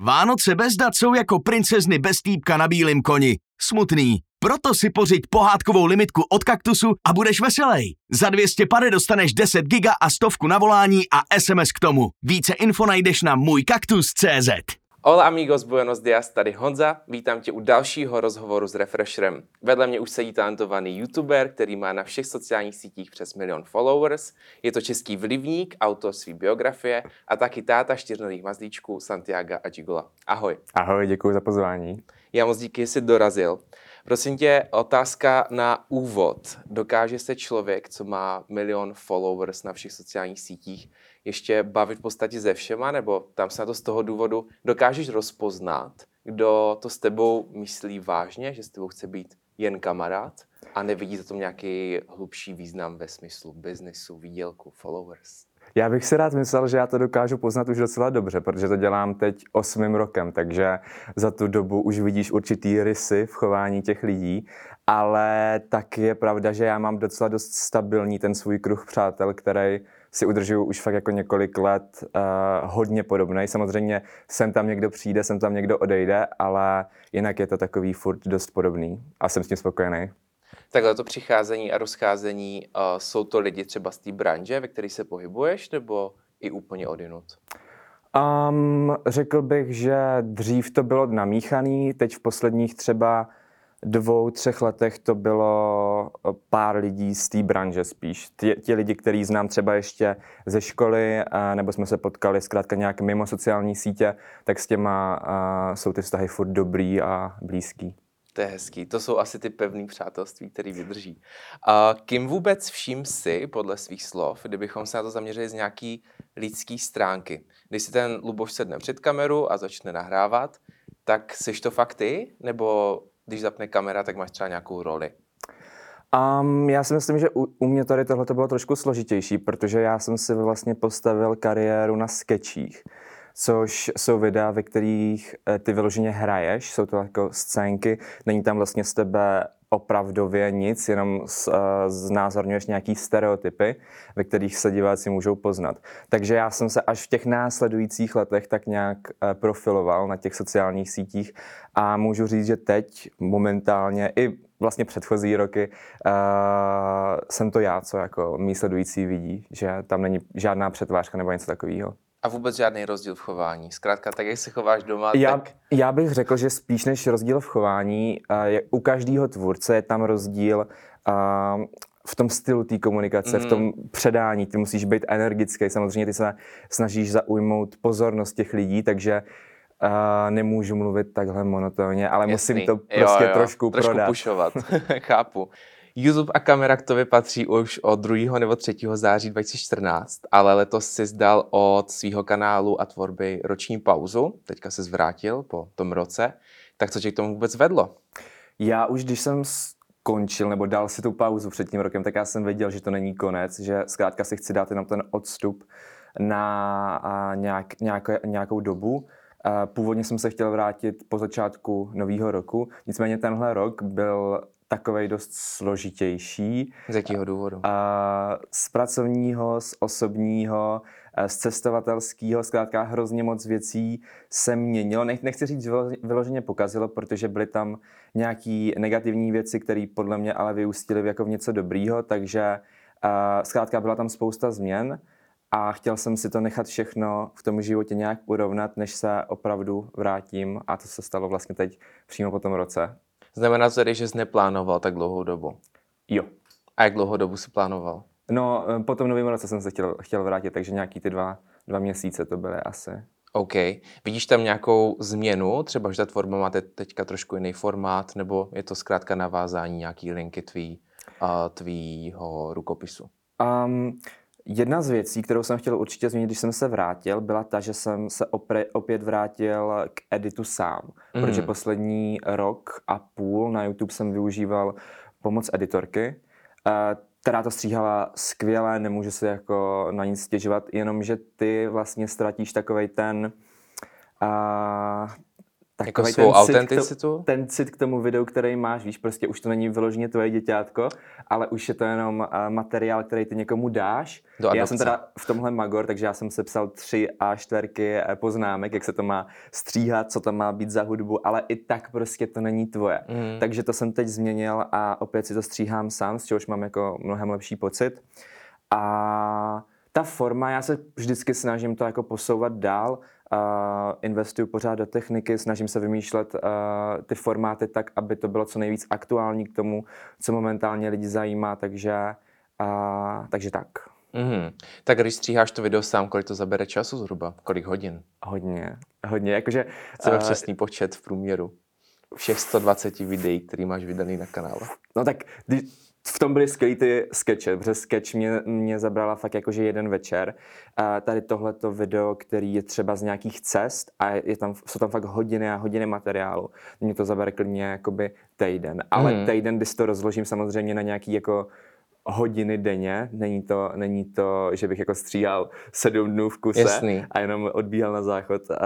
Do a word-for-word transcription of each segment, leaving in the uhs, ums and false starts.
Vánoce bez dat jsou jako princezny bez týpka na bílém koni. Smutný. Proto si pořiď pohádkovou limitku od Kaktusu a budeš veselej. Za dvě stě pade dostaneš deset giga a stovku na volání a es em es k tomu. Více info najdeš na můj kaktus tečka cé zet. Hola amigos, buenos dias, tady Honza. Vítám tě u dalšího rozhovoru s Refresherem. Vedle mě už sedí talentovaný youtuber, který má na všech sociálních sítích přes milion followers. Je to český vlivník, autor své biografie a taky táta čtyřnogých mazlíčků Santiaga a Gigola. Ahoj. Ahoj, děkuji za pozvání. Já moc díky, že jsi dorazil. Prosím tě, otázka na úvod. Dokáže se člověk, co má milion followers na všech sociálních sítích, ještě bavit v podstatě ze všema, nebo tam se na to z toho důvodu dokážeš rozpoznat, kdo to s tebou myslí vážně, že s tebou chce být jen kamarád a nevidí za tom nějaký hlubší význam ve smyslu biznesu, výdělku, followers? Já bych si rád myslel, že já to dokážu poznat už docela dobře, protože to dělám teď osmým rokem, takže za tu dobu už vidíš určitý rysy v chování těch lidí, ale tak je pravda, že já mám docela dost stabilní ten svůj kruh přátel, který si udržuju už fakt jako několik let uh, hodně podobnej. Samozřejmě sem tam někdo přijde, sem tam někdo odejde, ale jinak je to takový furt dost podobný a jsem s tím spokojený. Takhle to přicházení a rozcházení, uh, jsou to lidi třeba z té branže, ve které se pohybuješ, nebo i úplně odjinud? Um, řekl bych, že dřív to bylo namíchaný, teď v posledních třeba dvou, třech letech to bylo pár lidí z té branže spíš. Ti, ti lidi, který znám třeba ještě ze školy, nebo jsme se potkali zkrátka nějak mimo sociální sítě, tak s těma uh, jsou ty vztahy furt dobrý a blízký. To je hezký. To jsou asi ty pevný přátelství, který vydrží. A kým vůbec vším si, podle svých slov, kdybychom se na to zaměřili z nějaký lidský stránky? Když si ten Luboš sedne před kameru a začne nahrávat, tak jsi to fakt ty? Nebo když zapne kamera, tak máš třeba nějakou roli? Um, já si myslím, že u, u mě tady tohle bylo trošku složitější, protože já jsem si vlastně postavil kariéru na skečích, což jsou videa, ve kterých ty vyloženě hraješ, jsou to jako scénky, není tam vlastně z tebe opravdově nic, jenom z, uh, znázorňuješ nějaký stereotypy, ve kterých se diváci můžou poznat. Takže já jsem se až v těch následujících letech tak nějak uh, profiloval na těch sociálních sítích a můžu říct, že teď momentálně i vlastně předchozí roky uh, jsem to já, co jako mý sledující vidí, že tam není žádná přetvářka nebo něco takového. A vůbec žádný rozdíl v chování. Zkrátka, tak jak se chováš doma, já, tak... Já bych řekl, že spíš než rozdíl v chování, uh, je, u každého tvůrce je tam rozdíl uh, v tom stylu té komunikace, mm. v tom předání. Ty musíš být energický, samozřejmě ty se snažíš zaujmout pozornost těch lidí, takže uh, nemůžu mluvit takhle monotónně, ale Jasný. Musím to prostě jo, jo. trošku, trošku prodat. pušovat. Chápu. YouTube a kamera k tobě patří už od druhého nebo třetího září dva tisíce čtrnáct, ale letos jsi zdal od svého kanálu a tvorby roční pauzu. Teďka se zvrátil po tom roce. Tak co tě k tomu vůbec vedlo? Já už když jsem skončil nebo dal si tu pauzu před tím rokem, tak já jsem věděl, že to není konec, že zkrátka si chci dát jenom ten odstup na nějak, nějaké, nějakou dobu. Původně jsem se chtěl vrátit po začátku nového roku, nicméně tenhle rok byl takovej dost složitější. Z jakého důvodu? A z pracovního, z osobního, z cestovatelského, zkrátka hrozně moc věcí se měnilo. Nechci říct vyloženě pokazilo, protože byly tam nějaký negativní věci, které podle mě ale vyústily jako v něco dobrýho, takže zkrátka byla tam spousta změn a chtěl jsem si to nechat všechno v tom životě nějak urovnat, než se opravdu vrátím, a to se stalo vlastně teď přímo po tom roce. Znamená to tedy, že jsi neplánoval tak dlouhou dobu? Jo. A jak dlouhou dobu jsi plánoval? No, po tom novém roce jsem se chtěl, chtěl vrátit, takže nějaký ty dva, dva měsíce to byly asi. OK. Vidíš tam nějakou změnu? Třeba, že ta tvorba má teďka trošku jiný formát, nebo je to zkrátka navázání nějaký linky tvý, uh, tvýho rukopisu? Um, Jedna z věcí, kterou jsem chtěl určitě změnit, když jsem se vrátil, byla ta, že jsem se opře- opět vrátil k editu sám. Mm. Protože poslední rok a půl na YouTube jsem využíval pomoc editorky, která to stříhala skvěle, nemůžu se jako na nic stěžovat, jenomže ty vlastně ztratíš takovej ten... Uh, Jako Takovej svou ten cit k autenticitu? to- Ten cit k tomu videu, který máš, víš, prostě už to není vyloženě tvoje děťátko, ale už je to jenom uh, materiál, který ty někomu dáš. Do Já adopce. jsem teda v tomhle magor, takže já jsem sepsal tři A čtyřky eh, poznámek, jak se to má stříhat, co tam má být za hudbu, ale i tak prostě to není tvoje. Mm. Takže to jsem teď změnil a opět si to stříhám sám, z čehož mám jako mnohem lepší pocit. A ta forma, já se vždycky snažím to jako posouvat dál, uh, investuju pořád do techniky, snažím se vymýšlet uh, ty formáty tak, aby to bylo co nejvíc aktuální k tomu, co momentálně lidi zajímá, takže, uh, takže tak. Mm-hmm. Tak když stříháš to video sám, kolik to zabere času zhruba? Kolik hodin? Hodně, hodně, jakože... Chceme uh, přesný počet v průměru všech sto dvacet videí, který máš vydaný na kanále. No tak když, v tom byly skvělý ty skeče, protože sketch mě, mě zabrala fakt jakože jeden večer. A tady tohleto video, který je třeba z nějakých cest a je tam, jsou tam fakt hodiny a hodiny materiálu. Mě to zabere klidně jakoby týden. Ale Hmm. týden, když to rozložím samozřejmě na nějaký jako hodiny denně, není to, není to, že bych jako stříhal sedm dnů v kuse Jasný. a jenom odbíhal na záchod. Uh,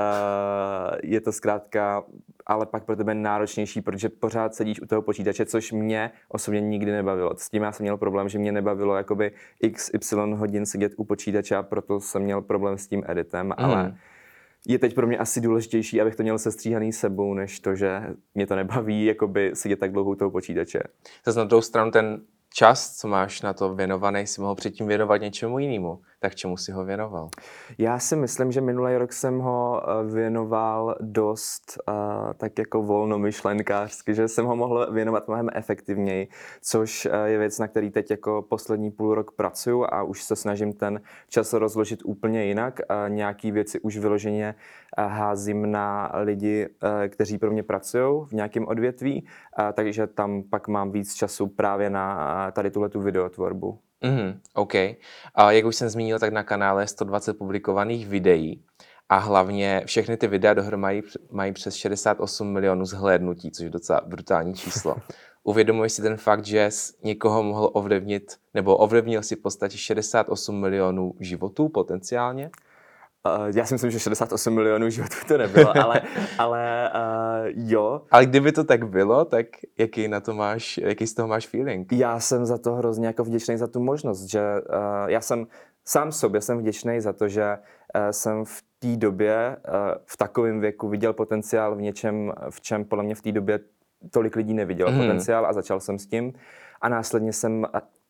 je to zkrátka, ale pak pro tebe náročnější, protože pořád sedíš u toho počítače, což mě osobně nikdy nebavilo. S tím já jsem měl problém, že mě nebavilo jakoby x y hodin sedět u počítače a proto jsem měl problém s tím editem, mm. ale je teď pro mě asi důležitější, abych to měl sestříhaný sebou, než to, že mě to nebaví jakoby sedět tak dlouho u toho počítače. Zase na druhou stranu ten čas, co máš na to věnovaný, si mohl předtím věnovat něčemu jinému. Tak čemu si ho věnoval? Já si myslím, že minulý rok jsem ho eh, věnoval dost uh, tak jako volnomyšlenkářsky, že jsem ho mohl věnovat mnohem efektivněji, což uh, je věc, na který teď jako poslední půl rok pracuju a už se snažím ten čas rozložit úplně jinak. Uh, nějaký věci už vyloženě uh, házím na lidi, uh, kteří pro mě pracují v nějakém odvětví, uh, takže tam pak mám víc času právě na uh, tady tuhletu videotvorbu. Mhm, OK. A jak už jsem zmínil, tak na kanále je sto dvacet publikovaných videí a hlavně všechny ty videa dohromady mají přes šedesát osm milionů zhlédnutí, což je docela brutální číslo. Uvědomuješ si ten fakt, že jsi někoho mohl ovlivnit, nebo ovlivnil si v podstatě šedesát osm milionů životů potenciálně? Uh, já si myslím, že šedesát osm milionů životů to nebylo, ale, ale uh, jo. Ale kdyby to tak bylo, tak jaký na to máš, jaký z toho máš feeling? Já jsem za to hrozně jako vděčný za tu možnost, že uh, já jsem sám sobě jsem vděčný za to, že uh, jsem v té době, uh, v takovém věku viděl potenciál v něčem, v čem podle mě v té době tolik lidí nevidělo Mhm. potenciál a začal jsem s tím. A následně jsem,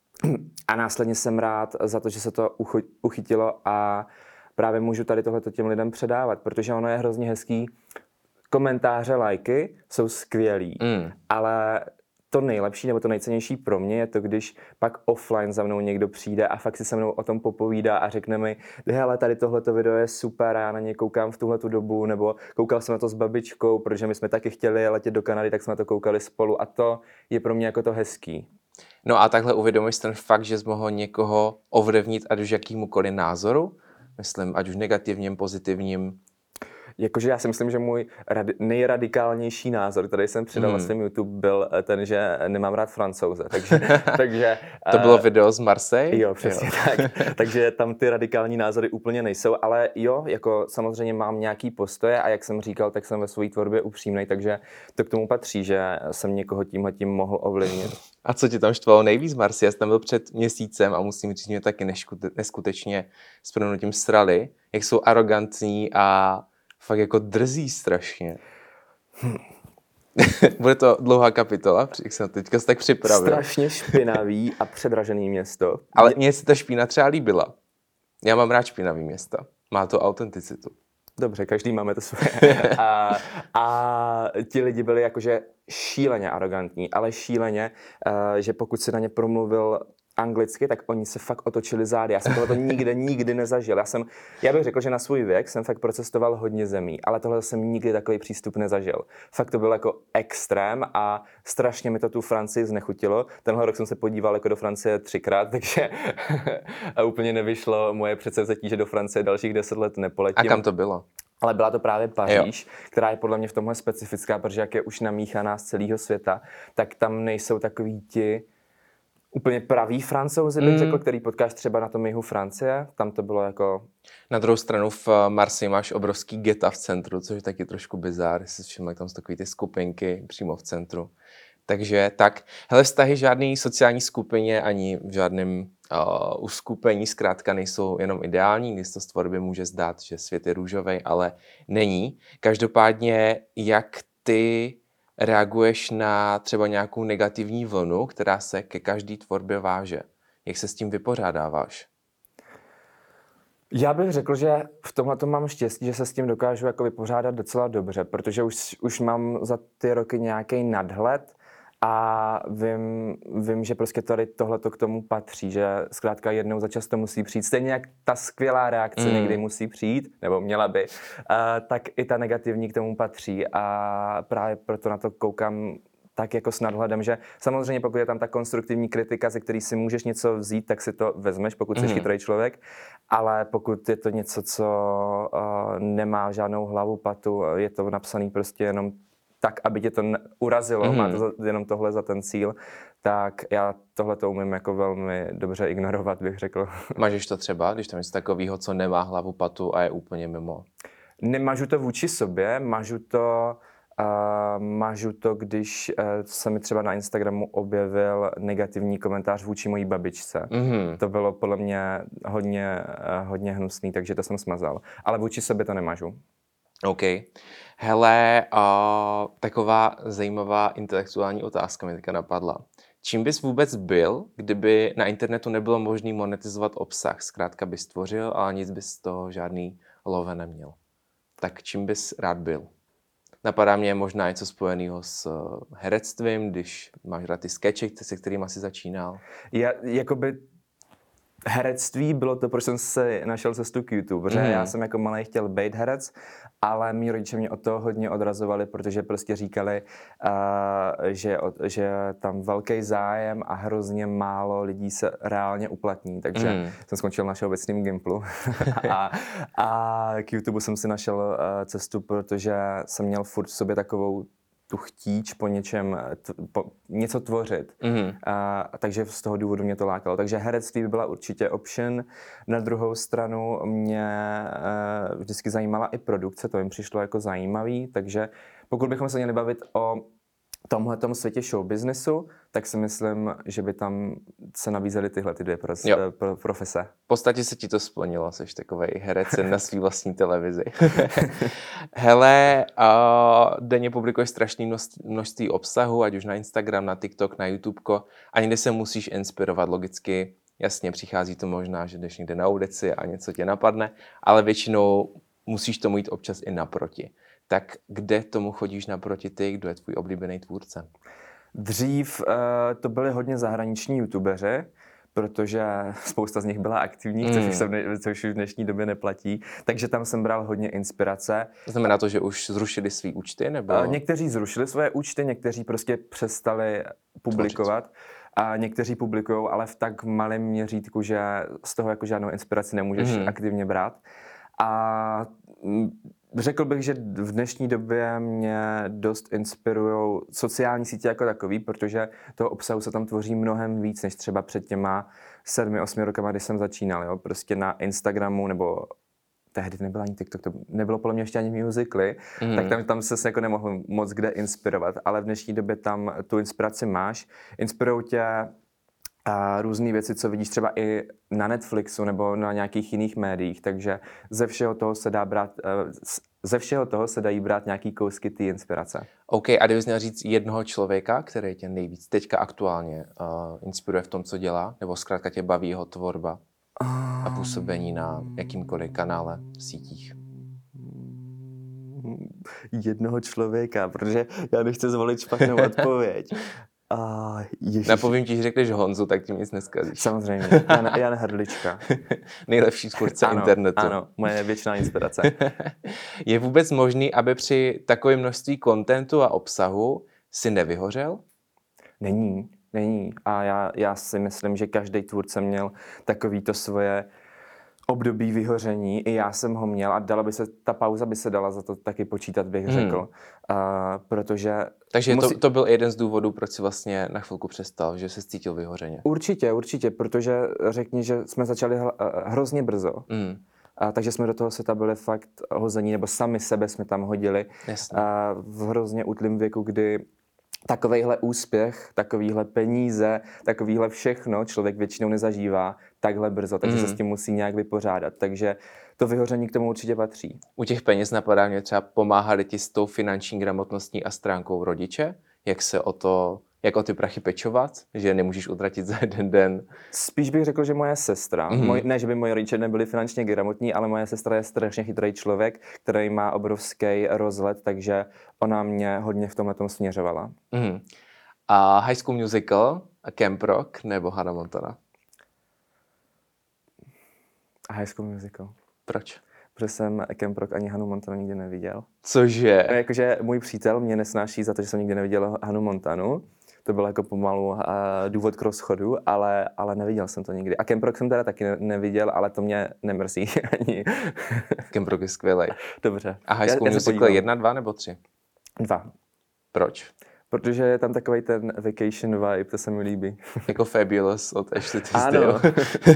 a následně jsem rád za to, že se to ucho- uchytilo a právě můžu tady tohleto těm lidem předávat, protože ono je hrozně hezký. Komentáře, lajky jsou skvělý, Mm. ale to nejlepší nebo to nejcennější pro mě je to, když pak offline za mnou někdo přijde a fakt si se mnou o tom popovídá a řekne mi, hele, tady tohleto video je super, já na něj koukám v tuhletu dobu, nebo koukal jsem na to s babičkou, protože my jsme taky chtěli letět do Kanady, tak jsme to koukali spolu a to je pro mě jako to hezký. No a takhle uvědomuješ ten fakt, že jsi mohl někoho ovlivnit ať už jakýmukoliv názoru? Myslím, ať už negativním, pozitivním. Jakože já si myslím, že můj radi- nejradikálnější názor, který jsem přidal Hmm. na svém YouTube, byl ten, že nemám rád Francouze. Takže, takže, To bylo eh, video z Marseille? Jo, přesně jo. tak. Takže tam ty radikální názory úplně nejsou, ale jo, jako samozřejmě mám nějaký postoje a jak jsem říkal, tak jsem ve své tvorbě upřímnej, takže to k tomu patří, že jsem někoho tímhletím mohl ovlivnit. A co ti tam štvalo nejvíc, Marci? Já jsem tam byl před měsícem a musím říct, že mě taky neškute- neskutečně s prominutím srali, jak jsou arrogantní a fakt jako drzí strašně. Bude to dlouhá kapitola, jak jsem teďka se tak připravil. Strašně špinavý a předražený město. Ale mně se ta špína třeba líbila. Já mám rád špinavý města. Má to autenticitu. Dobře, každý máme to svoje. A, a ti lidi byli jakože šíleně arrogantní, ale šíleně, uh, že pokud si na ně promluvil anglicky, tak oni se fakt otočili zády. Já jsem tohle nikde, nikdy nezažil. Já, jsem, já bych řekl, že na svůj věk jsem fakt procestoval hodně zemí, ale tohle jsem nikdy takový přístup nezažil. Fakt to byl jako extrém a strašně mi to tu Francii znechutilo. Tenhle rok jsem se podíval jako do Francie třikrát, takže a úplně nevyšlo moje předsevzetí, že do Francie dalších deset let nepoletím. A kam to bylo? Ale byla to právě Paříž, jo. která je podle mě v tomhle specifická, protože jak je už namíchaná z celého světa, tak tam nejsou takový ti úplně pravý Francouzi, bych Mm. řekl, který potkáš třeba na tom jihu Francie. Tam to bylo jako... Na druhou stranu v Marseille máš obrovský geta v centru, což je taky trošku bizár, jestli všiml, tam jsou takový ty skupinky přímo v centru. Takže tak, hele, vztahy žádný sociální skupině ani v žádném uh, uskupení zkrátka nejsou jenom ideální, když to z tvorby může zdát, že svět je růžovej, ale není. Každopádně, jak ty reaguješ na třeba nějakou negativní vlnu, která se ke každé tvorbě váže? Jak se s tím vypořádáváš? Já bych řekl, že v tomhle mám štěstí, že se s tím dokážu jako vypořádat docela dobře, protože už, už mám za ty roky nějaký nadhled a vím, vím, že prostě tady tohleto k tomu patří, že zkrátka jednou za čas to musí přijít. Stejně jak ta skvělá reakce mm. někdy musí přijít, nebo měla by, uh, tak i ta negativní k tomu patří a právě proto na to koukám tak jako s nadhledem, že samozřejmě pokud je tam ta konstruktivní kritika, ze který si můžeš něco vzít, tak si to vezmeš, pokud jsi mm. chytrý člověk, ale pokud je to něco, co uh, nemá žádnou hlavu, patu, je to napsaný prostě jenom tak, aby tě to urazilo, mm. má to za, jenom tohle za ten cíl, tak já tohle to umím jako velmi dobře ignorovat, bych řekl. Mažeš to třeba, když tam něco takového, co nemá hlavu, patu a je úplně mimo? Nemažu to vůči sobě, mažu to Uh, mažu to, když uh, se mi třeba na Instagramu objevil negativní komentář vůči mojí babičce. Mm-hmm. To bylo podle mě hodně, uh, hodně hnusný, takže to jsem smazal. Ale vůči sobě to nemažu. OK. Hele, uh, taková zajímavá intelektuální otázka mi teďka napadla. Čím bys vůbec byl, kdyby na internetu nebylo možné monetizovat obsah? Zkrátka bys tvořil, ale nic bys z toho žádný love neměl. Tak čím bys rád byl? Napadá mě možná něco spojeného s herectvím, když máš rád ty skeče, se kterým asi začínal. Já, jakoby herectví bylo to, proč jsem se našel cestu k YouTube, protože mm. já jsem jako malej chtěl být herec, ale mý rodiče mě od toho hodně odrazovali, protože prostě říkali, uh, že, že tam velký zájem a hrozně málo lidí se reálně uplatní, takže mm. jsem skončil na všeobecným Gimplu a, a k YouTube jsem si našel uh, cestu, protože jsem měl furt v sobě takovou tu chtíč po něčem, t, po, něco tvořit. Mm-hmm. A, takže z toho důvodu mě to lákalo. Takže herectví by byla určitě option. Na druhou stranu mě uh, vždycky zajímala i produkce, to jim přišlo jako zajímavý, takže pokud bychom se měli bavit o tomhletom světě showbiznesu, tak si myslím, že by tam se nabízely tyhle ty dvě pros- pro, profese. V podstatě se ti to splnilo, jsi takovej herec na svý vlastní televizi. Hele, uh, denně publikuješ strašné množství obsahu, ať už na Instagram, na TikTok, na YouTubeko, a někde se musíš inspirovat logicky. Jasně, přichází to možná, že jdeš někde na ulici a něco tě napadne, ale většinou musíš tomu jít občas i naproti. Tak kde tomu chodíš naproti ty, kdo je tvůj oblíbený tvůrce? Dřív uh, to byli hodně zahraniční youtubeři, protože spousta z nich byla aktivních, mm. což, už se v, což už v dnešní době neplatí, takže tam jsem bral hodně inspirace. Znamená to, že už zrušili svý účty? Nebo? Uh, někteří zrušili svoje účty, někteří prostě přestali publikovat. Tvořit. A někteří publikují, ale v tak malém měřítku, že z toho jako žádnou inspiraci nemůžeš mm. aktivně brát. A řekl bych, že v dnešní době mě dost inspirujou sociální sítě jako takový, protože toho obsahu se tam tvoří mnohem víc, než třeba před těma sedmi, osmi rokama, když jsem začínal. Jo? Prostě na Instagramu nebo tehdy nebyl ani TikTok, to nebylo podle mě ještě ani Musical.ly, mm. tak tam, tam se jako nemohl moc kde inspirovat, ale v dnešní době tam tu inspiraci máš. Inspirujou tě a různé věci, co vidíš třeba i na Netflixu nebo na nějakých jiných médiích, takže ze všeho toho se dá brát, ze všeho toho se dají brát nějaký kousky té inspirace. OK, a kdybys měl říct jednoho člověka, který tě nejvíc teďka aktuálně uh, inspiruje v tom, co dělá, nebo zkrátka tě baví jeho tvorba a působení na jakýmkoliv kanále, sítích? Jednoho člověka, protože já nechci zvolit špatnou odpověď. Uh, Napovím ti, že řekneš Honzu, tak tím nic neskazíš. Samozřejmě, Jan, Jan Hrdlička. Nejlepší tvůrce internetu. Ano, moje věčná inspirace. Je vůbec možný, aby při takové množství kontentu a obsahu si nevyhořel? Není, není. A já, já si myslím, že každý tvůrce měl takový to svoje období vyhoření, i já jsem ho měl a dala by se, ta pauza by se dala za to taky počítat, bych Hmm. řekl. Uh, protože... Takže musí... to, to byl jeden z důvodů, proč si vlastně na chvilku přestal, že se cítil vyhořeně. Určitě, určitě, protože řekni, že jsme začali hl- hrozně brzo. Mm. A, takže jsme do toho světa byli fakt hození, nebo sami sebe jsme tam hodili. Jasně. A v hrozně útlým věku, kdy takovejhle úspěch, takovýhle peníze, takovýhle všechno člověk většinou nezažívá takhle brzo, takže Mm. se s tím musí nějak vypořádat. Takže to vyhoření k tomu určitě patří. U těch peněz napadá mě třeba pomáhali ti s tou finanční gramotností a stránkou rodiče? Jak se o to, jak o ty prachy pečovat? Že nemůžeš utratit za jeden den? Spíš bych řekl, že moje sestra, Mhm. moj, ne, že by moje rodiče nebyli finančně gramotní, ale moje sestra je strašně chytrý člověk, který má obrovský rozhled, takže ona mě hodně v tomhletom směřovala. Mm. A High School Musical, a Camp Rock nebo Hannah Montana? A High School Musical. Proč? Protože jsem Camp Rock ani Hannah Montanu nikdy neviděl. Cože? No, jakože můj přítel mě nesnáší za to, že jsem nikdy neviděl Hannah Montanu. To byl jako pomalu uh, důvod k rozchodu, ale, ale neviděl jsem to nikdy. A Camp Rock jsem teda taky ne- neviděl, ale to mě nemrzí ani. Camp Rock je skvělej. Dobře. A High Já- School já se Musical podívám. jedna, dva nebo tři? Dva. Proč? Protože je tam takový ten vacation vibe, to se mi líbí. Jako Fabulous od Ashley Ano. Tisdale.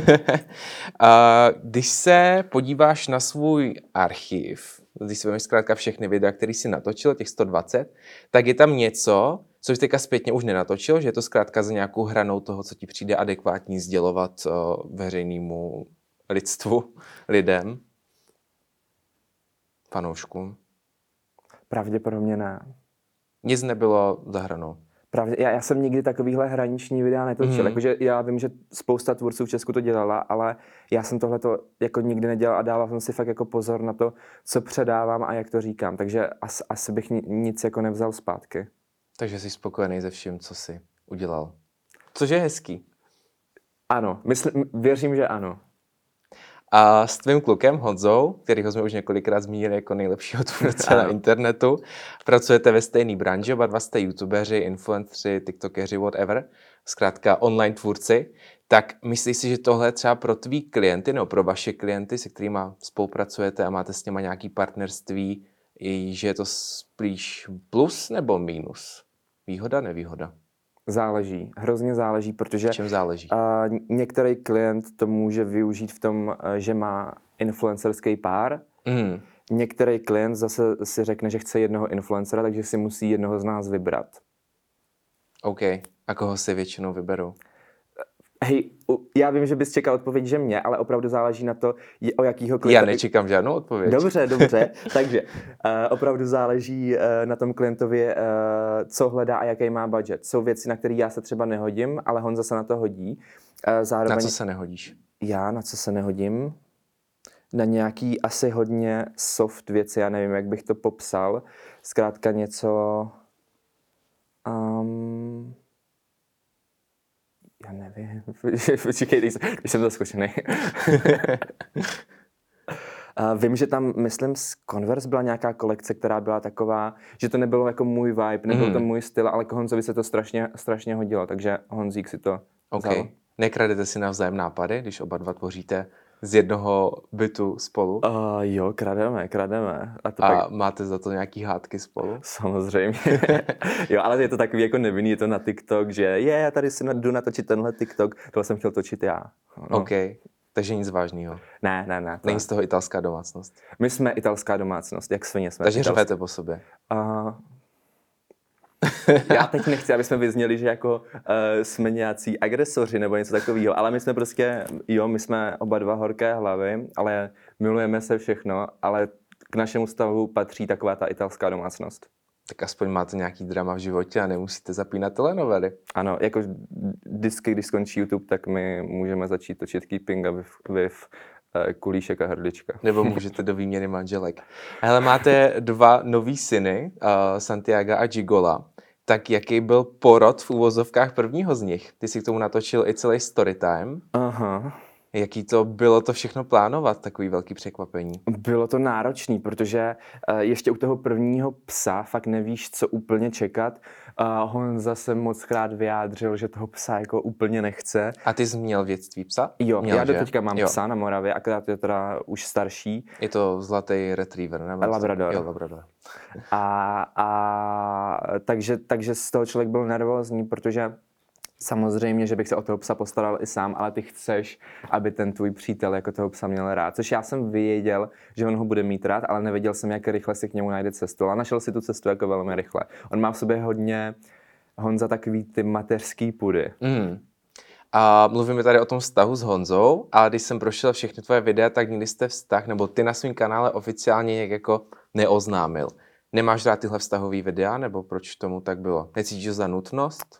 A když se podíváš na svůj archiv, když si vezmeš zkrátka všechny videa, které jsi natočil, těch sto dvacet, tak je tam něco, co jsi teďka zpětně už nenatočil, že je to zkrátka za nějakou hranou toho, co ti přijde adekvátní sdělovat uh, veřejnému lidstvu, lidem, fanouškům. Pravděpodobně ne. Nic nebylo za hranou. Pravdě, já, já jsem nikdy takovýhle hraniční videa netočil. Mhm. Mm. Jakože já vím, že spousta tvůrců v Česku to dělala, ale já jsem tohleto jako nikdy nedělal a dával jsem si fakt jako pozor na to, co předávám a jak to říkám. Takže as, asi bych ni, nic jako nevzal zpátky. Takže jsi spokojený se vším, co jsi udělal. Což je hezký. Ano, myslím, věřím, že ano. A s tvým klukem Honzou, kterýho jsme už několikrát zmínili jako nejlepšího tvůrce na internetu, pracujete ve stejné branži, oba dva jste youtubeři, influenceři, tiktokeři, whatever, zkrátka online tvůrci, tak myslíš si, že tohle třeba pro tvý klienty nebo pro vaše klienty, se kterými spolupracujete a máte s nimi nějaký partnerství, i že je to spíš plus nebo mínus? Výhoda, nevýhoda? Záleží, hrozně záleží, protože V čem záleží? a některý klient to může využít v tom, že má influencerský pár. Mm. Některý klient zase si řekne, že chce jednoho influencera, takže si musí jednoho z nás vybrat. OK. A koho si většinou vyberou? Hej, u- já vím, že bys čekal odpověď, že mě, ale opravdu záleží na to, je- o jakýho klienta... Já nečekám žádnou odpověď. Dobře, dobře. Takže uh, opravdu záleží uh, na tom klientovi, uh, co hledá a jaký má budget. Jsou věci, na které já se třeba nehodím, ale Honza se na to hodí. Uh, zároveň... Na co se nehodíš? Já na co se nehodím? Na nějaký asi hodně soft věci, já nevím, jak bych to popsal. Zkrátka něco... Um, já nevím. Počkej, když, když jsem zaskočený. A vím, že tam, myslím, z Converse byla nějaká kolekce, která byla taková, že to nebylo jako můj vibe, nebyl Mhm. to můj styl, ale k Honzovi se to strašně, strašně hodilo, takže Honzík si to OK. vzal. Nekradete si navzájem nápady, když oba dva tvoříte z jednoho bytu spolu? Uh, jo, krademe, krademe. A to A pak... máte za to nějaký hádky spolu? Samozřejmě. Jo, ale je to takový jako nevinný, je to na TikTok, že je, já tady si jdu natočit tenhle TikTok, tohle jsem chtěl točit já. No. OK. Takže nic vážného. Ne, ne, ne. To... Není z toho italská domácnost. My jsme italská domácnost, jak svině jsme. Takže italská. řvete po sobě. Uh... Já teď nechci, aby jsme vyzněli, že jako uh, jsme nějací agresoři nebo něco takového, ale my jsme prostě, jo, my jsme oba dva horké hlavy, ale milujeme se všechno, ale k našemu stavu patří taková ta italská domácnost. Tak aspoň máte nějaký drama v životě a nemusíte zapínat telenovely. Ano, jako vždycky, když skončí YouTube, tak my můžeme začít točit Keeping Up with, with uh, Kulíšek a Hrdlička. Nebo můžete do výměny manželek. Hele, máte dva nový syny, uh, Santiago a Gigola. Tak jaký byl porod v úvozovkách prvního z nich? Ty jsi k tomu natočil i celý storytime. Aha. Jaký to bylo to všechno plánovat, takový velký překvapení? Bylo to náročný, protože uh, ještě u toho prvního psa fakt nevíš, co úplně čekat. Uh, Honza se mockrát vyjádřil, že toho psa jako úplně nechce. A ty jsi měl v dětství psa? Jo, měl, já do že? teďka mám jo. psa na Moravě, akorát je teda už starší. Je to zlatý retriever, nebo? Labrador. Jo, Labrador. A, a takže, takže z toho člověk byl nervózní, protože samozřejmě, že bych se o toho psa postaral i sám, ale ty chceš, aby ten tvůj přítel jako toho psa měl rád. Což já jsem věděl, že on ho bude mít rád, ale nevěděl jsem, jak rychle si k němu najde cestu. A našel si tu cestu jako velmi rychle. On má v sobě hodně, Honza, takový ty mateřský pudy. Mm. A mluvíme tady o tom vztahu s Honzou, ale když jsem prošel všechny tvoje videa, tak nikdy jste vztah, nebo ty na svém kanále oficiálně nějak jako neoznámil. Nemáš rád tyhle vztahový videa, nebo proč tomu tak bylo? Necítíš za nutnost?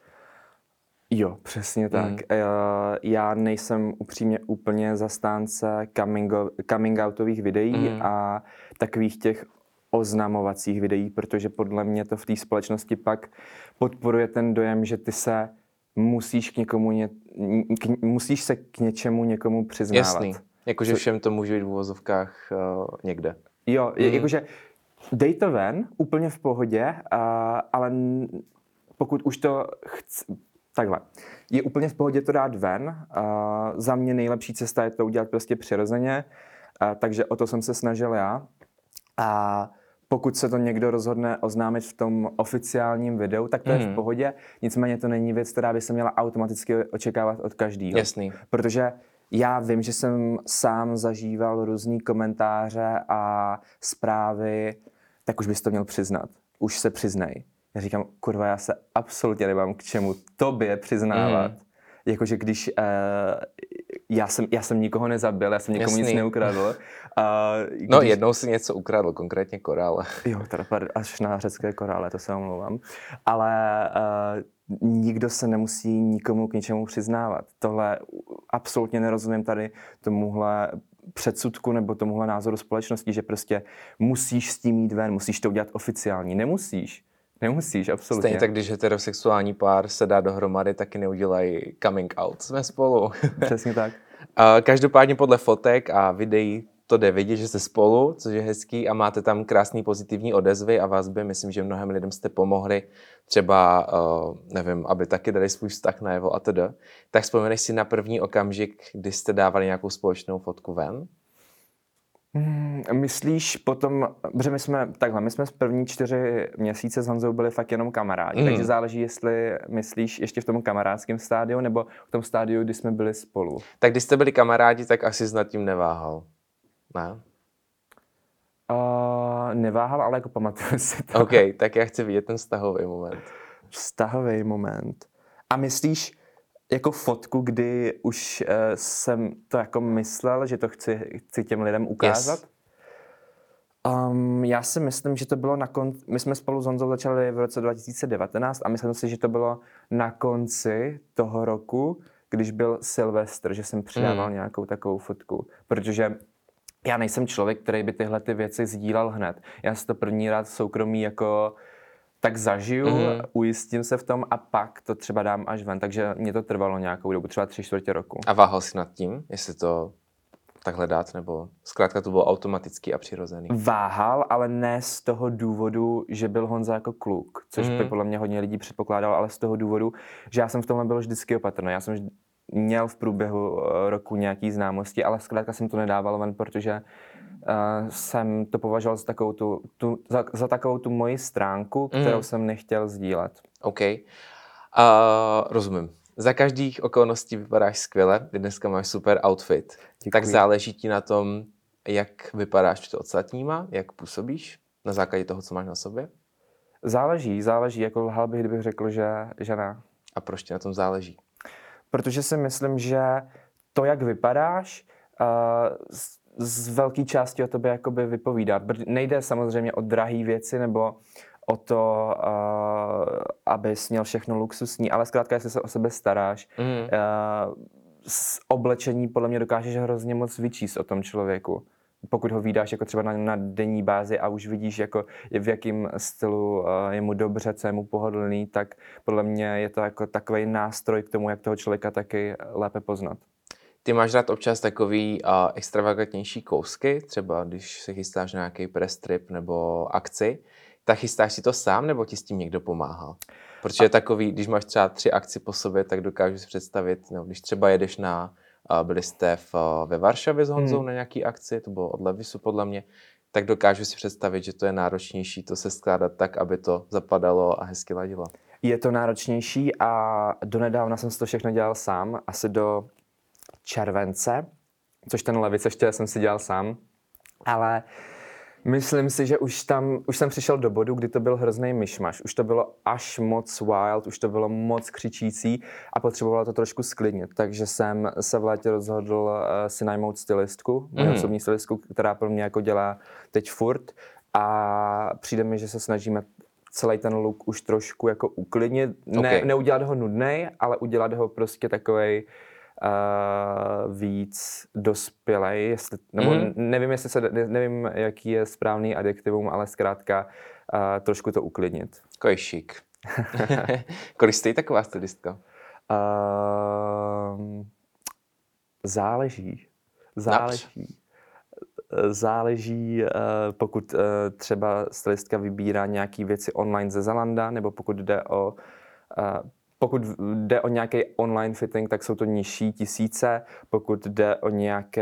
Jo, přesně tak. Mm. Já nejsem upřímně úplně zastánce coming, coming outových videí Mm. a takových těch oznamovacích videí, protože podle mě to v té společnosti pak podporuje ten dojem, že ty se musíš k někomu, ně, k, musíš se k něčemu někomu přiznávat. Jasný. Jakože Co- všem to může být v uvozovkách uh, někde. Jo, je, Mm. jakože dej to ven, úplně v pohodě, a, ale n- pokud už to chc, takhle, je úplně v pohodě to dát ven. A za mě nejlepší cesta je to udělat prostě přirozeně, a, takže o to jsem se snažil já. A pokud se to někdo rozhodne oznámit v tom oficiálním videu, tak to je Mhm. v pohodě. Nicméně to není věc, která by se měla automaticky očekávat od každého. Jasný. Protože já vím, že jsem sám zažíval různý komentáře a zprávy, tak už bys to měl přiznat. Už se přiznej. Já říkám, kurva, já se absolutně nemám k čemu tobě přiznávat. Mm. Jakože když uh, já, jsem, já jsem nikoho nezabil, já jsem nikomu nic Jasný. neukradl. Uh, No když, jednou si něco ukradl, konkrétně korále. Jo, teda pardon, až na řecké korále, to se omlouvám. Ale uh, nikdo se nemusí nikomu k ničemu přiznávat. Tohle absolutně nerozumím tady tomuhle předsudku nebo tomuhle názoru společnosti, že prostě musíš s tím jít ven, musíš to udělat oficiální. Nemusíš. Nemusíš, absolutně. Stejně tak, když heterosexuální pár se dá dohromady, taky neudělají coming out. Jsme spolu. Přesně tak. A každopádně podle fotek a videí to jde vidět, že jste spolu, což je hezký a máte tam krásný pozitivní odezvy a vazby. Myslím, že mnohem lidem jste pomohli třeba, uh, nevím, aby taky dali svůj vztah najevo a td. Tak vzpomeneš si na první okamžik, kdy jste dávali nějakou společnou fotku ven? Hmm, myslíš potom, protože my jsme, takhle, my jsme z první čtyři měsíce s Honzou byli fakt jenom kamarádi, Mm. takže záleží, jestli myslíš ještě v tom kamarádském stádiu, nebo v tom stádiu, kdy jsme byli spolu. Tak když jste byli kamarádi, tak asi nad tím neváhal. Ne? Uh, neváhal, ale jako pamatuju si to. OK, tak já chci vidět ten vztahový moment. Vztahový moment. A myslíš jako fotku, kdy už uh, jsem to jako myslel, že to chci, chci těm lidem ukázat? Yes. Um, já si myslím, že to bylo na konci, my jsme spolu s Honzou začali v roce dva tisíce devatenáct a myslím si, že to bylo na konci toho roku, když byl Silvestr, že jsem přidával Mm. nějakou takovou fotku, protože já nejsem člověk, který by tyhle ty věci sdílel hned. Já si to první rád v soukromí jako tak zažiju, Mm. ujistím se v tom a pak to třeba dám až ven, takže mě to trvalo nějakou dobu, třeba tři čtvrtě roku. A váhal jsi nad tím, jestli to takhle dát, nebo zkrátka to bylo automatický a přirozený? Váhal, ale ne z toho důvodu, že byl Honza jako kluk, což Mhm. by podle mě hodně lidí předpokládalo, ale z toho důvodu, že já jsem v tomhle byl vždycky opatrný. Já jsem vždy měl v průběhu eh, roku nějaký známosti, ale zkrátka jsem to nedával ven, protože uh, jsem to považoval za takovou tu, tu, za, za takovou tu moji stránku, kterou Mhm. jsem nechtěl sdílet. OK. Uh, rozumím. Za každých okolností vypadáš skvěle, ty dneska máš super outfit. Děkuji. Tak záleží ti na tom, jak vypadáš před ostatníma, jak působíš na základě toho, co máš na sobě? Záleží, záleží, jako lhal bych, kdybych řekl, že, že ne. A proč ti na tom záleží? Protože si myslím, že to, jak vypadáš, uh, z, z velké části o tobě jakoby vypovídá. Br- Nejde samozřejmě o drahé věci nebo o to, uh, abys měl všechno luxusní, ale zkrátka, jestli se o sebe staráš, Mm. uh, z oblečení podle mě dokážeš hrozně moc vyčíst o tom člověku. Pokud ho vídáš jako třeba na, na denní bázi a už vidíš, jako je v jakém stylu uh, je mu dobře, co je mu pohodlný, tak podle mě je to jako takový nástroj k tomu, jak toho člověka taky lépe poznat. Ty máš rád občas takový uh, extravagantnější kousky, třeba když se chystáš na nějaký press trip nebo akci, tak chystáš si to sám, nebo ti s tím někdo pomáhá? Protože je takový, když máš třeba tři akci po sobě, tak dokážu si představit, no, když třeba jedeš na, uh, byli jste v, uh, ve Varšavě s Honzou hmm. na nějaký akci, to bylo od Levisu podle mě, tak dokážu si představit, že to je náročnější to se skládat tak, aby to zapadalo a hezky ladilo. Je to náročnější a donedávna jsem si to všechno dělal sám, asi do července, což ten Levic ještě jsem si dělal sám, ale myslím si, že už tam, už jsem přišel do bodu, kdy to byl hrozný myšmaš. Už to bylo až moc wild, už to bylo moc křičící a potřebovalo to trošku sklidnit. Takže jsem se v létě rozhodl uh, si najmout stylistku, moji mm. osobní stylistku, která pro mě jako dělá teď furt a přijde mi, že se snažíme celý ten look už trošku jako uklidnit. Ne, okay. Neudělat ho nudnej, ale udělat ho prostě takovej Uh, víc dospělej, jestli, nebo mm. nevím, jestli se, nevím, jaký je správný adjektivum, ale zkrátka uh, trošku to uklidnit. Takový šik. Kolik stojí taková stylistka? Uh, záleží. Záleží. Záleží, uh, pokud uh, třeba stylistka vybírá nějaký věci online ze Zalanda, nebo pokud jde o uh, Pokud jde o nějaký online fitting, tak jsou to nižší tisíce. Pokud jde o nějaký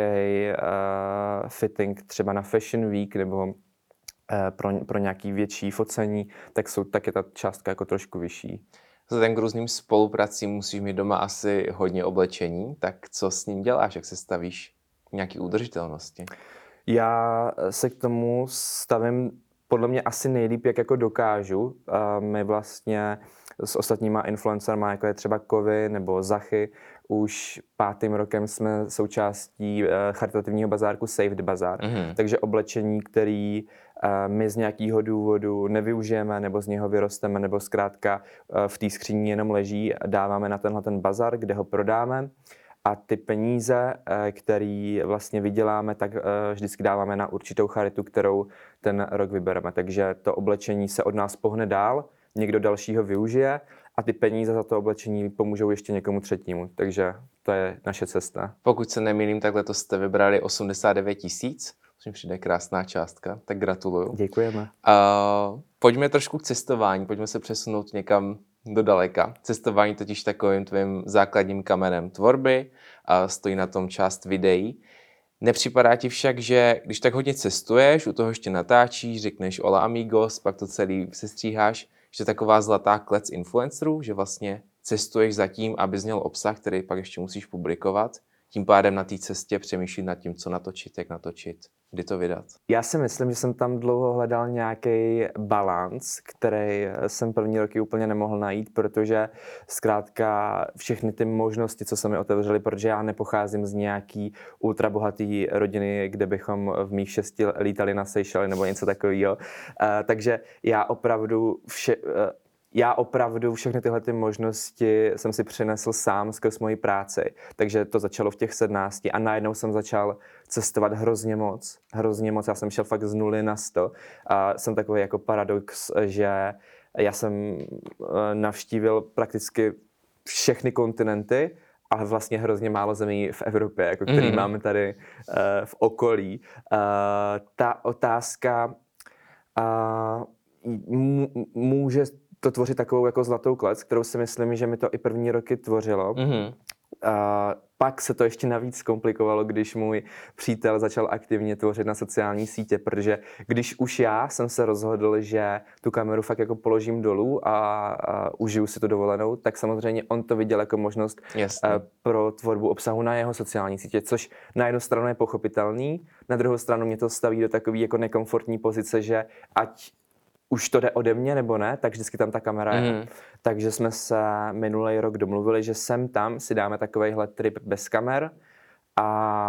uh, fitting třeba na Fashion Week nebo uh, pro, pro nějaký větší focení, tak, jsou, tak je ta částka jako trošku vyšší. Vzhledem k různým spolupracím musíš mít doma asi hodně oblečení, tak co s ním děláš, jak se stavíš k nějaký udržitelnosti? Já se k tomu stavím podle mě asi nejlíp, jak jako dokážu. Uh, my vlastně s ostatníma influencerma, jako je třeba Kovy nebo Zachy, už pátým rokem jsme součástí uh, charitativního bazárku Save the Bazaar. Mm-hmm. Takže oblečení, který uh, my z nějakého důvodu nevyužijeme, nebo z něho vyrosteme, nebo zkrátka uh, v té skříni jenom leží, dáváme na tenhle ten bazar, kde ho prodáme. A ty peníze, které vlastně vyděláme, tak vždycky dáváme na určitou charitu, kterou ten rok vybereme. Takže to oblečení se od nás pohne dál, někdo dalšího využije a ty peníze za to oblečení pomůžou ještě někomu třetímu. Takže to je naše cesta. Pokud se nemýlím, tak letos jste vybrali osmdesát devět tisíc, což mi přijde krásná částka, tak gratuluju. Děkujeme. Uh, pojďme trošku k cestování, pojďme se přesunout někam do daleka. Cestování totiž takovým tvým základním kamenem tvorby, a stojí na tom část videí. Nepřipadá ti však, že když tak hodně cestuješ, u toho ještě natáčíš, řekneš hola amigos, pak to celý sestříháš, že taková zlatá klec influencerů, že vlastně cestuješ za tím, abys měl obsah, který pak ještě musíš publikovat, tím pádem na té cestě přemýšlet nad tím, co natočit, jak natočit, kdy to vydat. Já si myslím, že jsem tam dlouho hledal nějaký balans, který jsem první roky úplně nemohl najít, protože zkrátka všechny ty možnosti, co se mi otevřely, protože já nepocházím z nějaký ultrabohatý rodiny, kde bychom v mých šesti lítali na Seychely nebo něco takového. Uh, takže já opravdu vše... Uh, Já opravdu všechny tyhle ty možnosti jsem si přinesl sám skrz moji práci, takže to začalo v těch sedmnácti a najednou jsem začal cestovat hrozně moc, hrozně moc, já jsem šel fakt z nuly na sto a jsem takový jako paradox, že já jsem navštívil prakticky všechny kontinenty, ale vlastně hrozně málo zemí v Evropě, jako který mm. máme tady uh, v okolí. Uh, ta otázka uh, m- může to tvořit takovou jako zlatou klec, kterou si myslím, že mi to i první roky tvořilo. Mm-hmm. A pak se to ještě navíc komplikovalo, když můj přítel začal aktivně tvořit na sociální sítě, protože když už já jsem se rozhodl, že tu kameru fakt jako položím dolů a, a užiju si to dovolenou, tak samozřejmě on to viděl jako možnost Jasně. pro tvorbu obsahu na jeho sociální sítě, což na jednu stranu je pochopitelný, na druhou stranu mě to staví do takové jako nekomfortní pozice, že ať už to jde ode mě nebo ne, tak vždycky tam ta kamera je. Mm. Takže jsme se minulý rok domluvili, že sem tam si dáme takovejhle trip bez kamer a,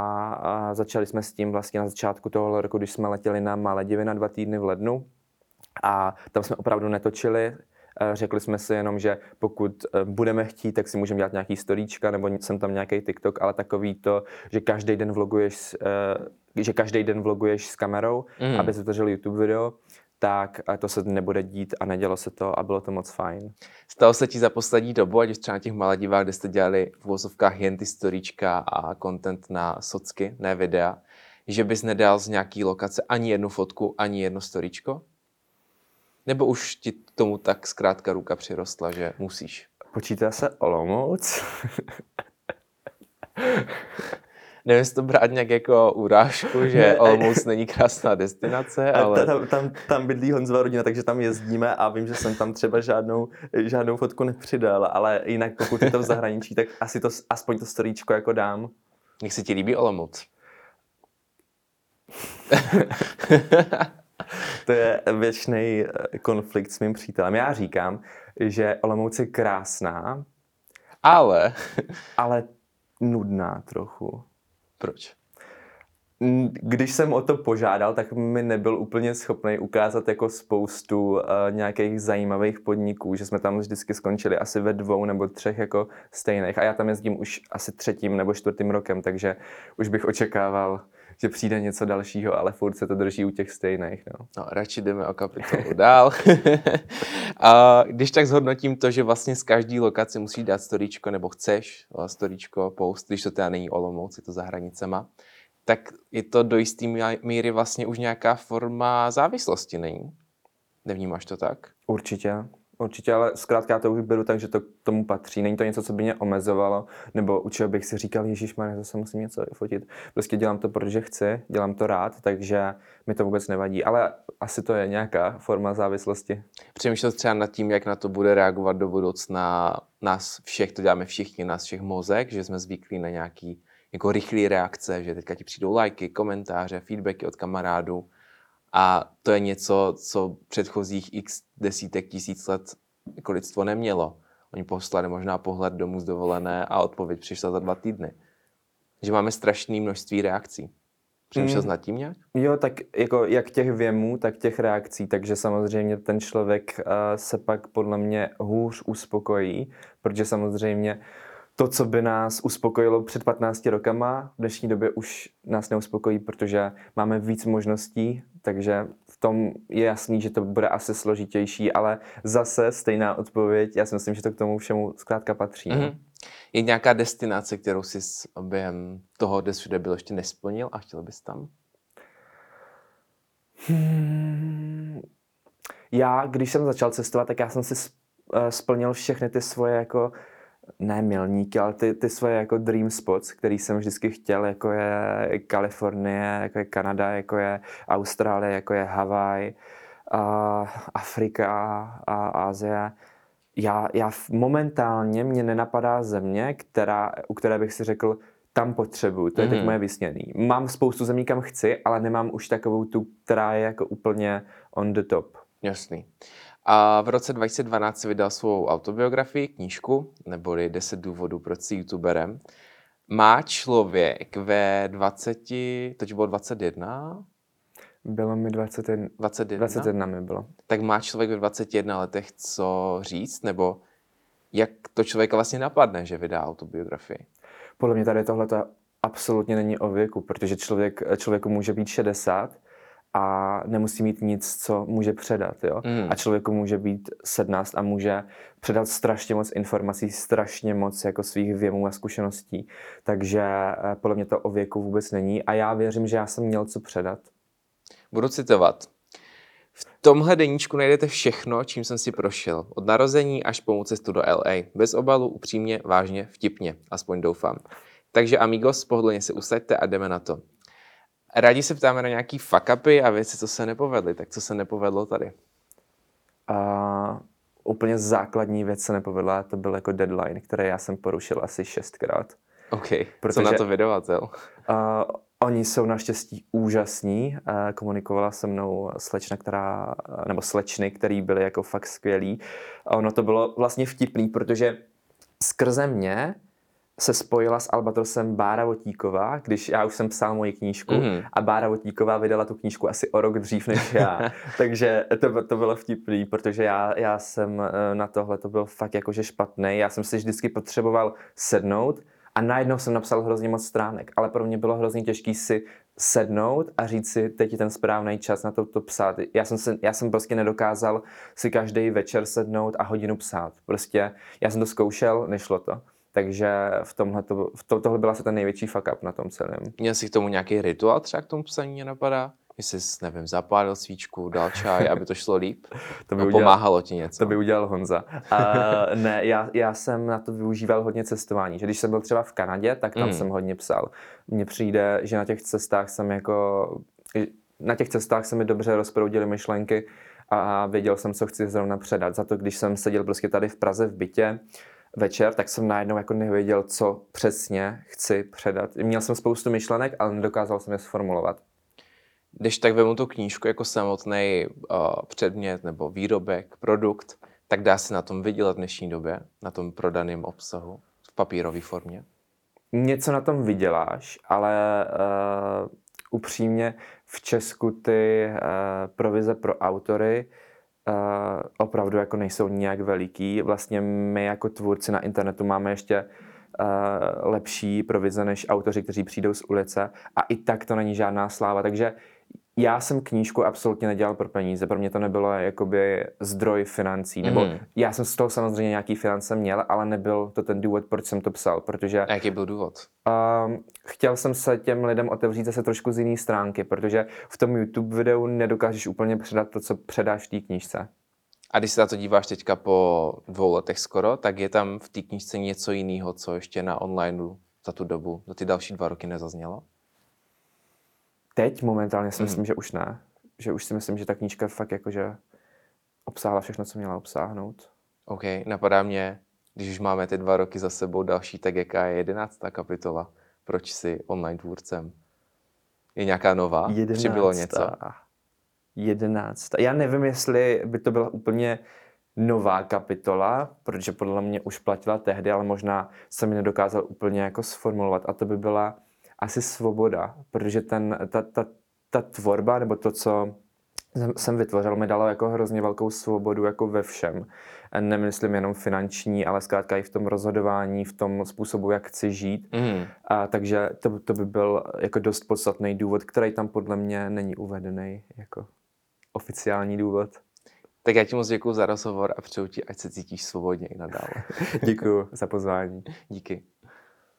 a začali jsme s tím vlastně na začátku tohohle roku, když jsme letěli na Maledivy na dva týdny v lednu a tam jsme opravdu netočili. Řekli jsme si jenom, že pokud budeme chtít, tak si můžeme dělat nějaký storíčka nebo jsem tam nějaký TikTok, ale takový to, že každý den vloguješ, že každý den vloguješ s kamerou, mm. aby se točil YouTube video. tak to se nebude dít a nedělo se to a bylo to moc fajn. Stalo se ti za poslední dobu, ať už třeba na těch Maledivách, kde jste dělali v uvozovkách jen ty storíčka a content na socky, ne videa, že bys nedal z nějaký lokace ani jednu fotku, ani jedno storíčko? Nebo už ti k tomu tak zkrátka ruka přirostla, že musíš? Počítá se Olomouc? Nevím, jestli to brát nějak jako urážku, že Olomouc není krásná destinace, ale... Tam, tam, tam bydlí Honzova rodina, takže tam jezdíme a vím, že jsem tam třeba žádnou, žádnou fotku nepřidal, ale jinak pokud je to v zahraničí, tak asi to, aspoň to storíčko jako dám. Jak se ti líbí Olomouc? To je věčný konflikt s mým přítelem. Já říkám, že Olomouc je krásná, ale... ale nudná trochu. Proč? Když jsem o to požádal, tak mi nebyl úplně schopný ukázat jako spoustu uh, nějakých zajímavých podniků, že jsme tam vždycky skončili asi ve dvou nebo třech jako stejných. A já tam jezdím už asi třetím nebo čtvrtým rokem, takže už bych očekával, že přijde něco dalšího, ale furt se to drží u těch stejných. No, no radši jdeme o kapitolu dál. A když tak zhodnotím to, že vlastně z každé lokace musíš dát storíčko, nebo chceš storíčko, post, když to teda není Olomouc, je to za hranicema, tak je to do jisté míry vlastně už nějaká forma závislosti, není? Nevnímáš to tak? Určitě. Určitě, ale zkrátka já to už beru tak, že to k tomu patří. Není to něco, co by mě omezovalo, nebo u čeho bych si říkal, ježišmarja, zase musím něco fotit. Prostě dělám to, protože chci, dělám to rád, takže mi to vůbec nevadí. Ale asi to je nějaká forma závislosti. Přemýšlel třeba nad tím, jak na to bude reagovat do budoucna nás všech, to děláme všichni, nás všech mozek, že jsme zvyklí na nějaký jako rychlé reakce, že teďka ti přijdou lajky, komentáře, feedbacky od kamarádů. A to je něco, co předchozích x desítek tisíc let jako lidstvo nemělo. Oni poslali možná pohled domů z dovolené a odpověď přišla za dva týdny. Že máme strašné množství reakcí. Přemýšlel jsi nad tím nějak? Jo, tak jako jak těch věmů, tak těch reakcí, takže samozřejmě ten člověk uh, se pak podle mě hůř uspokojí, protože samozřejmě to, co by nás uspokojilo před patnácti rokama, v dnešní době už nás neuspokojí, protože máme víc možností, takže v tom je jasný, že to bude asi složitější, ale zase stejná odpověď, já si myslím, že to k tomu všemu zkrátka patří. Mm-hmm. No? Je nějaká destinace, kterou jsi během toho, kde všude byl, ještě nesplnil a chtěl bys tam? Hmm. Já, když jsem začal cestovat, tak já jsem si splnil všechny ty svoje jako ne milníky, ale ty, ty svoje jako dream spots, který jsem vždycky chtěl, jako je Kalifornie, jako je Kanada, jako je Austrálie, jako je Havaj, a Afrika a Asie. Já, já momentálně mě nenapadá země, která, u které bych si řekl, tam potřebuju, to je teď moje vysněný. Mám spoustu zemí, kam chci, ale nemám už takovou tu, která je jako úplně on the top. Jasný. A v roce dva tisíce dvanáct si vydal svou autobiografii, knížku, neboli deset důvodů, proč jsi youtuberem. Má člověk ve dvaceti, to bylo dvacet jedna? Bylo mi dvacet jedna. dvacet jedna? dvacet jedna mi bylo. Tak má člověk ve dvaceti jedné letech co říct, nebo jak to člověka vlastně napadne, že vydá autobiografii? Podle mě tady tohle absolutně není o věku, protože člověk, člověku může být šedesát a nemusí mít nic, co může předat. Jo? Mm. A člověku může být sedmnáct a může předat strašně moc informací, strašně moc jako svých věmů a zkušeností. Takže podle mě to o věku vůbec není a já věřím, že já jsem měl co předat. Budu citovat. V tomhle deníčku najdete všechno, čím jsem si prošel. Od narození až po mou cestu do L A. Bez obalu, upřímně, vážně, vtipně. Aspoň doufám. Takže amigos, pohodlně se usaďte a jdeme na to. Rádi se ptáme na nějaký fuck-upy a věci, co se nepovedly. Tak co se nepovedlo tady? Uh, úplně základní věc se nepovedla, to byl jako deadline, který já jsem porušil asi šestkrát. OK, protože, co na to vydavatel? Uh, oni jsou naštěstí úžasní. Uh, komunikovala se mnou slečna, která, nebo slečny, který byly jako fakt skvělý. A ono to bylo vlastně vtipný, protože skrze mě se spojila s Albatrosem Bára Votíková, když já už jsem psal moji knížku mm. a Bára Votíková vydala tu knížku asi o rok dřív než já. Takže to, to bylo vtipný, protože já, já jsem na tohle to byl fakt jakože špatný. Já jsem si vždycky potřeboval sednout A najednou jsem napsal hrozně moc stránek, ale pro mě bylo hrozně těžké si sednout a říct si, teď je ten správný čas na to, to psát. Já jsem, se, já jsem prostě nedokázal si každý večer sednout a hodinu psát. Prostě já jsem to zkoušel, nešlo to. Takže v tomhle to, v to, tohle byl asi ten největší fuck up na tom celém. Měl jsi k tomu nějaký rituál třeba k tomu psaní, mě napadá? Jestli jsi, nevím, zapálil svíčku, dal čaj, aby to šlo líp? To by no, udělal, pomáhalo ti něco? To by udělal Honza. Uh, ne, já, já jsem na to využíval hodně cestování. Že když jsem byl třeba v Kanadě, tak tam mm. jsem hodně psal. Mně přijde, že na těch cestách jsem jako... Na těch cestách se mi dobře rozproudily myšlenky a věděl jsem, co chci zrovna předat. Za to, když jsem seděl prostě tady v Praze v bytě večer, tak jsem najednou jako nevěděl, co přesně chci předat. Měl jsem spoustu myšlenek, ale nedokázal jsem je sformulovat. Když tak vemu tu knížku jako samotný uh, předmět nebo výrobek, produkt, tak dá se na tom vydělat v dnešní době, na tom prodaném obsahu v papírové formě? Něco na tom vyděláš, ale uh, upřímně v Česku ty uh, provize pro autory uh, opravdu jako nejsou nijak veliký. Vlastně my jako tvůrci na internetu máme ještě uh, lepší provize než autoři, kteří přijdou z ulice a i tak to není žádná sláva, takže já jsem knížku absolutně nedělal pro peníze, pro mě to nebylo jakoby zdroj financí, nebo mm. já jsem z toho samozřejmě nějaký finance měl, ale nebyl to ten důvod, proč jsem to psal, protože... A jaký byl důvod? Um, chtěl jsem se těm lidem otevřít zase trošku z jiné stránky, protože v tom YouTube videu nedokážeš úplně předat to, co předáš v té knížce. A když se na to díváš teďka po dvou letech skoro, tak je tam v té knížce něco jiného, co ještě na onlineu za tu dobu, za ty další dva roky nezaznělo? Teď momentálně si myslím, mm. že už ne. Že už si myslím, že ta knížka fakt jakože obsáhla všechno, co měla obsáhnout. OK, napadá mě, když už máme ty dva roky za sebou další, tak jaká je jedenáctá kapitola? Proč jsi online tvůrcem? Je nějaká nová? Jedenáctá. Přibylo něco? Jedenáctá. Já nevím, jestli by to byla úplně nová kapitola, protože podle mě už platila tehdy, ale možná jsem ji nedokázal úplně jako sformulovat. A to by byla asi svoboda, protože ten, ta, ta, ta tvorba, nebo to, co jsem vytvořil, mi dalo jako hrozně velkou svobodu jako ve všem. Nemyslím jenom finanční, ale zkrátka i v tom rozhodování, v tom způsobu, jak chci žít. Mm. A, takže to, to by byl jako dost podstatný důvod, který tam podle mě není uvedený jako oficiální důvod. Tak já ti moc děkuju za rozhovor a přeju ti, ať se cítíš svobodně i nadále. Děkuju za pozvání. Díky.